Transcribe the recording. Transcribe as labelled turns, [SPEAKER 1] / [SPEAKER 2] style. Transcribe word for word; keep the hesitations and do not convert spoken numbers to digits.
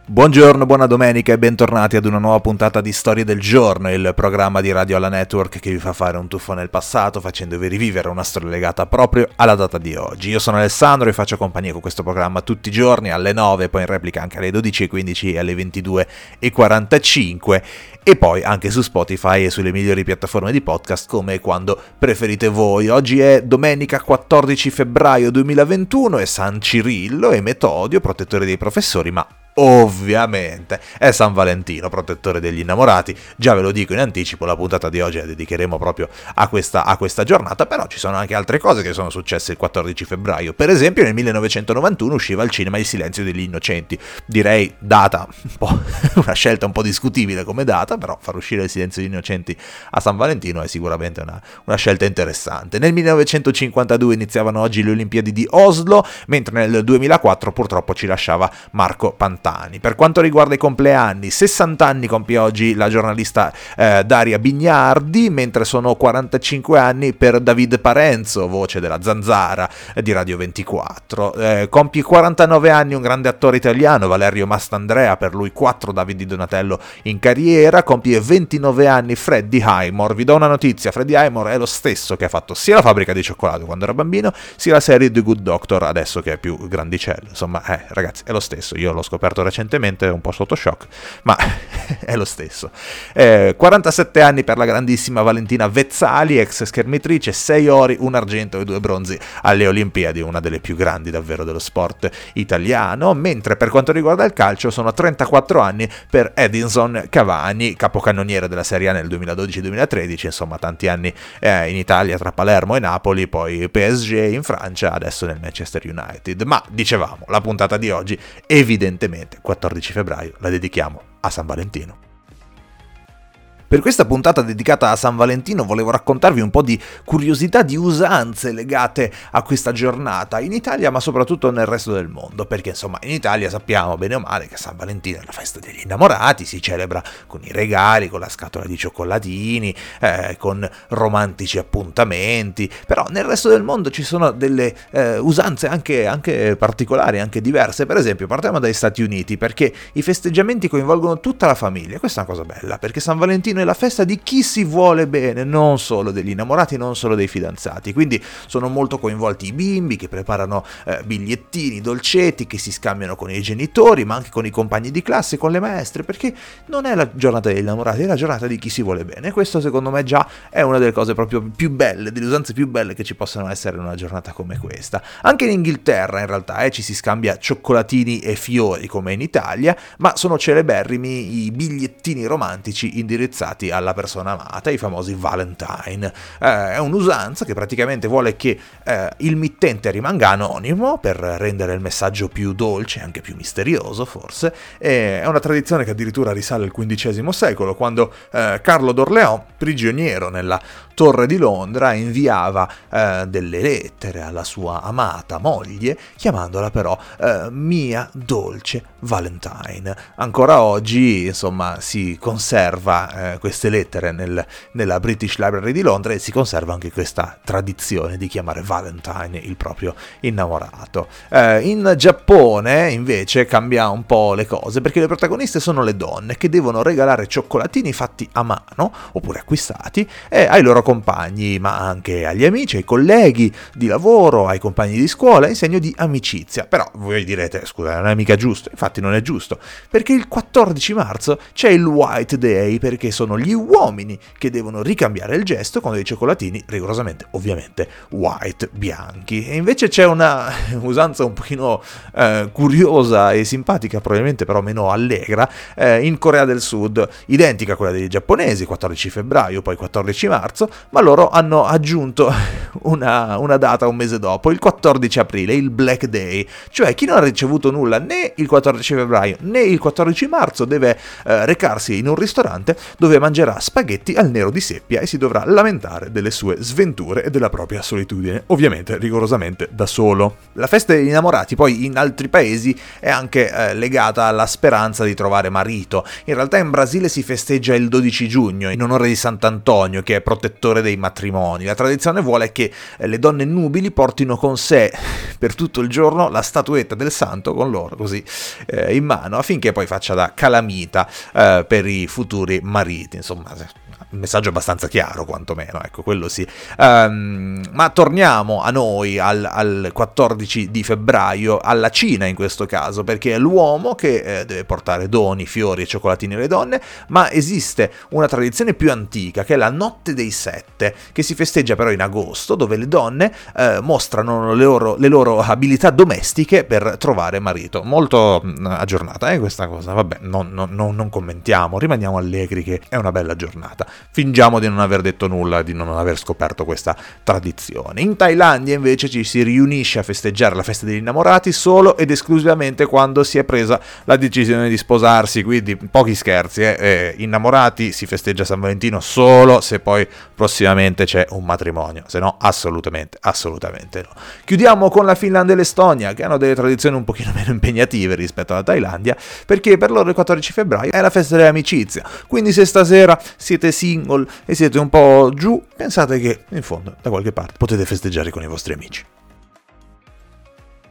[SPEAKER 1] Buongiorno, buona domenica e bentornati ad una nuova puntata di Storie del Giorno, il programma di Radio Alla Network che vi fa fare un tuffo nel passato facendovi rivivere una storia legata proprio alla data di oggi. Io sono Alessandro e faccio compagnia con questo programma tutti i giorni alle nove, poi in replica anche alle dodici e quindici e alle ventidue e quarantacinque e poi anche su Spotify e sulle migliori piattaforme di podcast come e quando preferite voi. Oggi è domenica quattordici febbraio duemilaventuno e San Cirillo e Metodio, protettore dei professori, ma ovviamente è San Valentino, protettore degli innamorati. Già ve lo dico in anticipo, la puntata di oggi la dedicheremo proprio a questa, a questa giornata, però ci sono anche altre cose che sono successe il quattordici febbraio. Per esempio nel millenovecentonovantuno usciva al cinema Il silenzio degli innocenti, direi data un po' una scelta un po' discutibile come data, però far uscire Il silenzio degli innocenti a San Valentino è sicuramente una, una scelta interessante. Nel millenovecentocinquantadue iniziavano oggi le Olimpiadi di Oslo, mentre nel duemilaquattro purtroppo ci lasciava Marco Pantani. Per quanto riguarda i compleanni, sessanta anni compie oggi la giornalista eh, Daria Bignardi, mentre sono quarantacinque anni per David Parenzo, voce della Zanzara eh, di Radio ventiquattro. Eh, compie quarantanove anni un grande attore italiano, Valerio Mastandrea, per lui quattro David di Donatello in carriera. Compie ventinove anni Freddie Highmore. Vi do una notizia, Freddie Highmore è lo stesso che ha fatto sia la fabbrica di cioccolato quando era bambino, sia la serie The Good Doctor adesso che è più grandicello. Insomma, eh, ragazzi, è lo stesso, io l'ho scoperto recentemente, un po' sotto shock, ma è lo stesso. Eh, quarantasette anni per la grandissima Valentina Vezzali, ex schermitrice, sei ori, un argento e due bronzi alle Olimpiadi, una delle più grandi davvero dello sport italiano. Mentre per quanto riguarda il calcio sono trentaquattro anni per Edinson Cavani, capocannoniere della Serie A nel duemiladodici duemilatredici, insomma tanti anni eh, in Italia tra Palermo e Napoli, poi P S G in Francia, adesso nel Manchester United. Ma dicevamo, la puntata di oggi evidentemente quattordici febbraio la dedichiamo a San Valentino. Per questa puntata dedicata a San Valentino volevo raccontarvi un po' di curiosità, di usanze legate a questa giornata in Italia, ma soprattutto nel resto del mondo, perché insomma in Italia sappiamo bene o male che San Valentino è la festa degli innamorati, si celebra con i regali, con la scatola di cioccolatini, eh, con romantici appuntamenti, però nel resto del mondo ci sono delle eh, usanze anche, anche particolari, anche diverse. Per esempio partiamo dagli Stati Uniti, perché i festeggiamenti coinvolgono tutta la famiglia. Questa è una cosa bella, perché San Valentino è la festa di chi si vuole bene, non solo degli innamorati, non solo dei fidanzati, quindi sono molto coinvolti i bimbi che preparano eh, bigliettini, dolcetti, che si scambiano con i genitori, ma anche con i compagni di classe, con le maestre, perché non è la giornata degli innamorati, è la giornata di chi si vuole bene. E questo secondo me già è una delle cose proprio più belle, delle usanze più belle che ci possano essere in una giornata come questa. Anche in Inghilterra in realtà eh, ci si scambia cioccolatini e fiori come in Italia, ma sono celeberrimi i bigliettini romantici indirizzati alla persona amata, i famosi Valentine. Eh, è un'usanza che praticamente vuole che eh, il mittente rimanga anonimo per rendere il messaggio più dolce e anche più misterioso, forse. E è una tradizione che addirittura risale al quindicesimo secolo, quando eh, Carlo d'Orléans, prigioniero nella Torre di Londra, inviava eh, delle lettere alla sua amata moglie, chiamandola però eh, mia dolce Valentine. Ancora oggi, insomma, si conserva eh, queste lettere nel, nella British Library di Londra e si conserva anche questa tradizione di chiamare Valentine il proprio innamorato. Eh, in Giappone invece cambia un po' le cose, perché le protagoniste sono le donne che devono regalare cioccolatini fatti a mano oppure acquistati eh, ai loro compagni, ma anche agli amici, ai colleghi di lavoro, ai compagni di scuola, in segno di amicizia. Però voi direte, scusa, non è mica giusto. Infatti non è giusto, perché il quattordici marzo c'è il White Day, perché sono gli uomini che devono ricambiare il gesto con dei cioccolatini rigorosamente, ovviamente, white, bianchi. E invece c'è una usanza un pochino eh, curiosa e simpatica, probabilmente però meno allegra, eh, in Corea del Sud, identica a quella dei giapponesi, quattordici febbraio, poi quattordici marzo, ma loro hanno aggiunto una, una data un mese dopo, il quattordici aprile, il Black Day, cioè chi non ha ricevuto nulla né il quattordici febbraio né il quattordici marzo deve eh, recarsi in un ristorante dove mangerà spaghetti al nero di seppia e si dovrà lamentare delle sue sventure e della propria solitudine, ovviamente rigorosamente da solo. La festa degli innamorati poi in altri paesi è anche eh, legata alla speranza di trovare marito. In realtà in Brasile si festeggia il dodici giugno in onore di Sant'Antonio, che è protettore dei matrimoni. La tradizione vuole che eh, le donne nubili portino con sé per tutto il giorno la statuetta del santo con loro così eh, in mano, affinché poi faccia da calamita eh, per i futuri mariti. Insomma, un messaggio abbastanza chiaro quantomeno, ecco, quello sì. Um, ma torniamo a noi, al, al quattordici di febbraio, alla Cina in questo caso, perché è l'uomo che eh, deve portare doni, fiori e cioccolatini alle donne, ma esiste una tradizione più antica, che è la Notte dei Sette, che si festeggia però in agosto, dove le donne eh, mostrano le loro, le loro abilità domestiche per trovare marito. Molto mh, aggiornata, eh, questa cosa, vabbè, non, non, non, non commentiamo, rimaniamo allegri che è una bella giornata. Fingiamo di non aver detto nulla, di non aver scoperto questa tradizione. In Thailandia invece ci si riunisce a festeggiare la festa degli innamorati solo ed esclusivamente quando si è presa la decisione di sposarsi, quindi pochi scherzi, eh. Eh, innamorati si festeggia San Valentino solo se poi prossimamente c'è un matrimonio, se no assolutamente, assolutamente no. Chiudiamo con la Finlandia e l'Estonia, che hanno delle tradizioni un pochino meno impegnative rispetto alla Thailandia, perché per loro il quattordici febbraio è la festa dell'amicizia, quindi se stasera siete single e siete un po' giù, pensate che in fondo da qualche parte potete festeggiare con i vostri amici.